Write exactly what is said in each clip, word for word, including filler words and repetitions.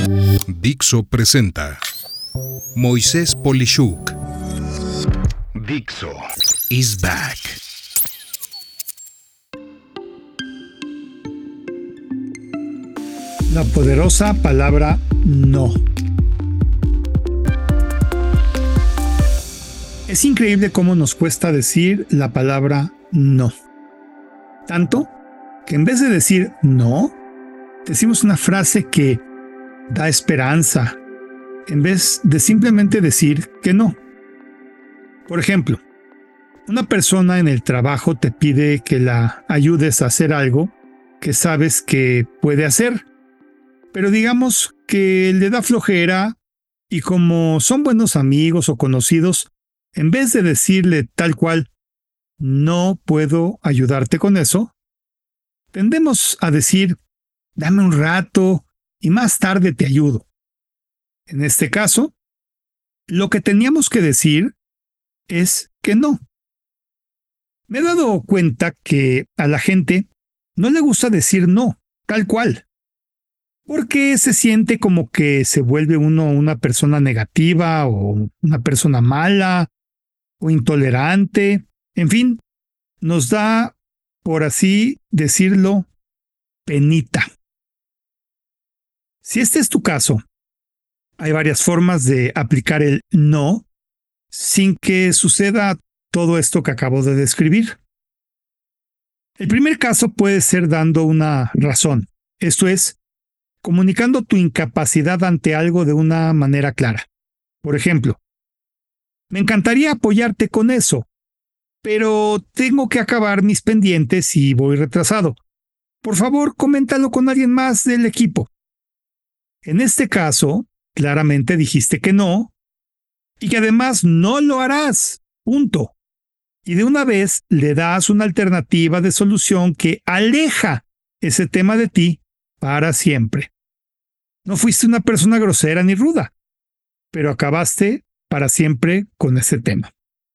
Dixo presenta Moisés Polishuk. Dixo is back. La poderosa palabra no. Es increíble cómo nos cuesta decir la palabra no. Tanto que en vez de decir no, decimos una frase que da esperanza, en vez de simplemente decir que no. Por ejemplo, una persona en el trabajo te pide que la ayudes a hacer algo que sabes que puede hacer, pero digamos que le da flojera y como son buenos amigos o conocidos, en vez de decirle tal cual, no puedo ayudarte con eso, tendemos a decir, dame un rato y más tarde te ayudo. En este caso, lo que teníamos que decir es que no. Me he dado cuenta que a la gente no le gusta decir no, tal cual, porque se siente como que se vuelve uno una persona negativa o una persona mala o intolerante. En fin, nos da, por así decirlo, penita. Si este es tu caso, hay varias formas de aplicar el no sin que suceda todo esto que acabo de describir. El primer caso puede ser dando una razón, esto es, comunicando tu incapacidad ante algo de una manera clara. Por ejemplo, me encantaría apoyarte con eso, pero tengo que acabar mis pendientes y voy retrasado. Por favor, coméntalo con alguien más del equipo. En este caso, claramente dijiste que no, y que además no lo harás, punto. Y de una vez le das una alternativa de solución que aleja ese tema de ti para siempre. No fuiste una persona grosera ni ruda, pero acabaste para siempre con ese tema.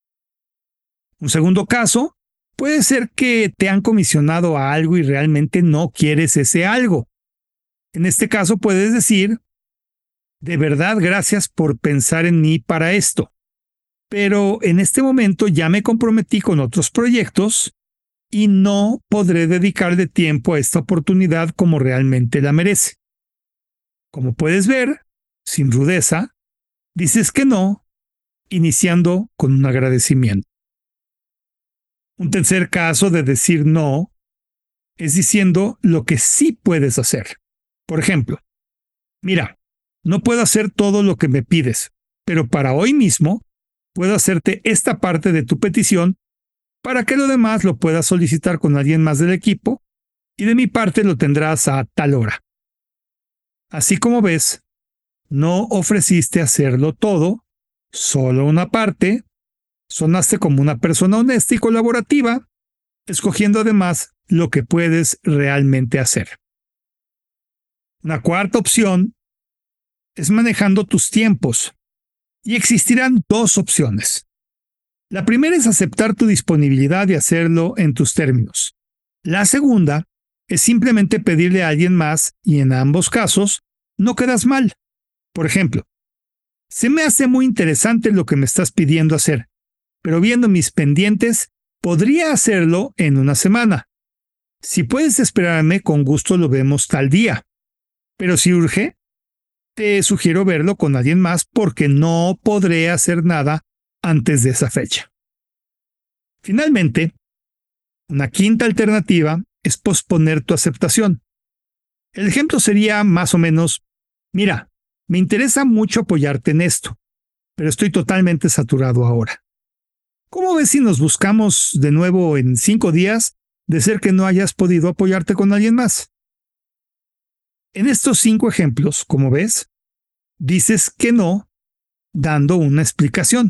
Un segundo caso puede ser que te han comisionado a algo y realmente no quieres ese algo. En este caso puedes decir, de verdad gracias por pensar en mí para esto, pero en este momento ya me comprometí con otros proyectos y no podré dedicarle tiempo a esta oportunidad como realmente la merece. Como puedes ver, sin rudeza, dices que no, iniciando con un agradecimiento. Un tercer caso de decir no es diciendo lo que sí puedes hacer. Por ejemplo, mira, no puedo hacer todo lo que me pides, pero para hoy mismo puedo hacerte esta parte de tu petición para que lo demás lo puedas solicitar con alguien más del equipo y de mi parte lo tendrás a tal hora. Así como ves, no ofreciste hacerlo todo, solo una parte, sonaste como una persona honesta y colaborativa, escogiendo además lo que puedes realmente hacer. Una cuarta opción es manejando tus tiempos, y existirán dos opciones. La primera es aceptar tu disponibilidad y hacerlo en tus términos. La segunda es simplemente pedirle a alguien más y en ambos casos no quedas mal. Por ejemplo, se me hace muy interesante lo que me estás pidiendo hacer, pero viendo mis pendientes, podría hacerlo en una semana. Si puedes esperarme, con gusto lo vemos tal día. Pero si urge, te sugiero verlo con alguien más porque no podré hacer nada antes de esa fecha. Finalmente, una quinta alternativa es posponer tu aceptación. El ejemplo sería más o menos, mira, me interesa mucho apoyarte en esto, pero estoy totalmente saturado ahora. ¿Cómo ves si nos buscamos de nuevo en cinco días de ser que no hayas podido apoyarte con alguien más? En estos cinco ejemplos, como ves, dices que no, dando una explicación.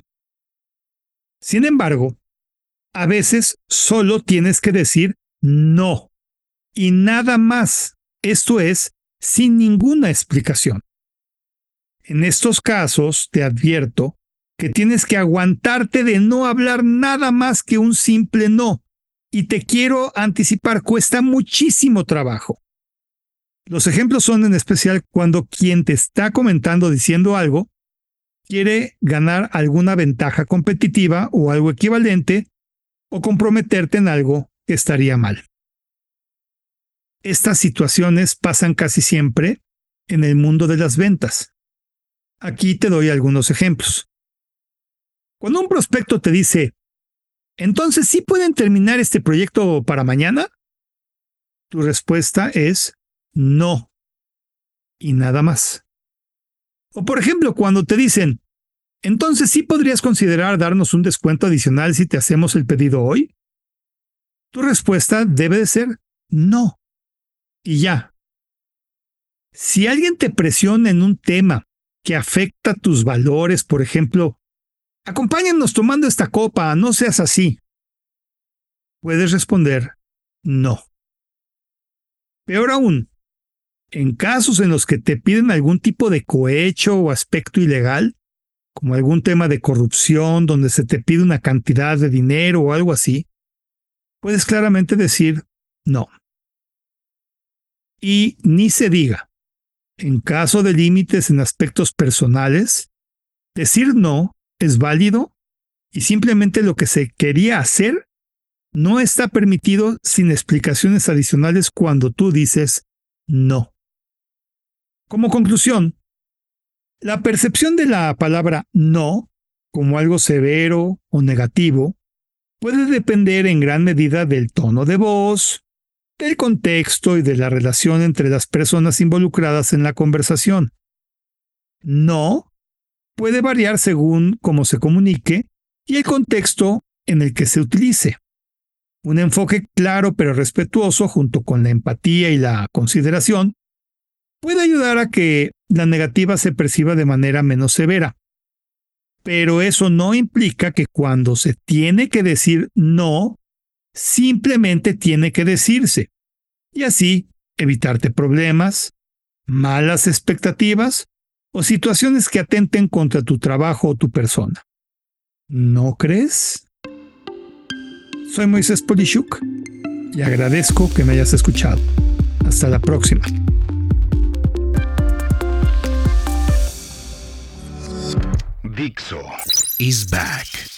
Sin embargo, a veces solo tienes que decir no, y nada más. Esto es, sin ninguna explicación. En estos casos, te advierto que tienes que aguantarte de no hablar nada más que un simple no, y te quiero anticipar, cuesta muchísimo trabajo. Los ejemplos son en especial cuando quien te está comentando diciendo algo quiere ganar alguna ventaja competitiva o algo equivalente o comprometerte en algo que estaría mal. Estas situaciones pasan casi siempre en el mundo de las ventas. Aquí te doy algunos ejemplos. Cuando un prospecto te dice, ¿entonces sí pueden terminar este proyecto para mañana? Tu respuesta es no. Y nada más. O por ejemplo, cuando te dicen, ¿entonces sí podrías considerar darnos un descuento adicional si te hacemos el pedido hoy? Tu respuesta debe de ser no. Y ya. Si alguien te presiona en un tema que afecta tus valores, por ejemplo, acompáñanos tomando esta copa, no seas así, puedes responder no. Peor aún, en casos en los que te piden algún tipo de cohecho o aspecto ilegal, como algún tema de corrupción donde se te pide una cantidad de dinero o algo así, puedes claramente decir no. Y ni se diga, en caso de límites en aspectos personales, decir no es válido y simplemente lo que se quería hacer no está permitido sin explicaciones adicionales cuando tú dices no. Como conclusión, la percepción de la palabra no como algo severo o negativo puede depender en gran medida del tono de voz, del contexto y de la relación entre las personas involucradas en la conversación. No puede variar según cómo se comunique y el contexto en el que se utilice. Un enfoque claro pero respetuoso junto con la empatía y la consideración puede ayudar a que la negativa se perciba de manera menos severa. Pero eso no implica que cuando se tiene que decir no, simplemente tiene que decirse. Y así evitarte problemas, malas expectativas o situaciones que atenten contra tu trabajo o tu persona. ¿No crees? Soy Moisés Polishuk y agradezco que me hayas escuchado. Hasta la próxima. Dixo is back.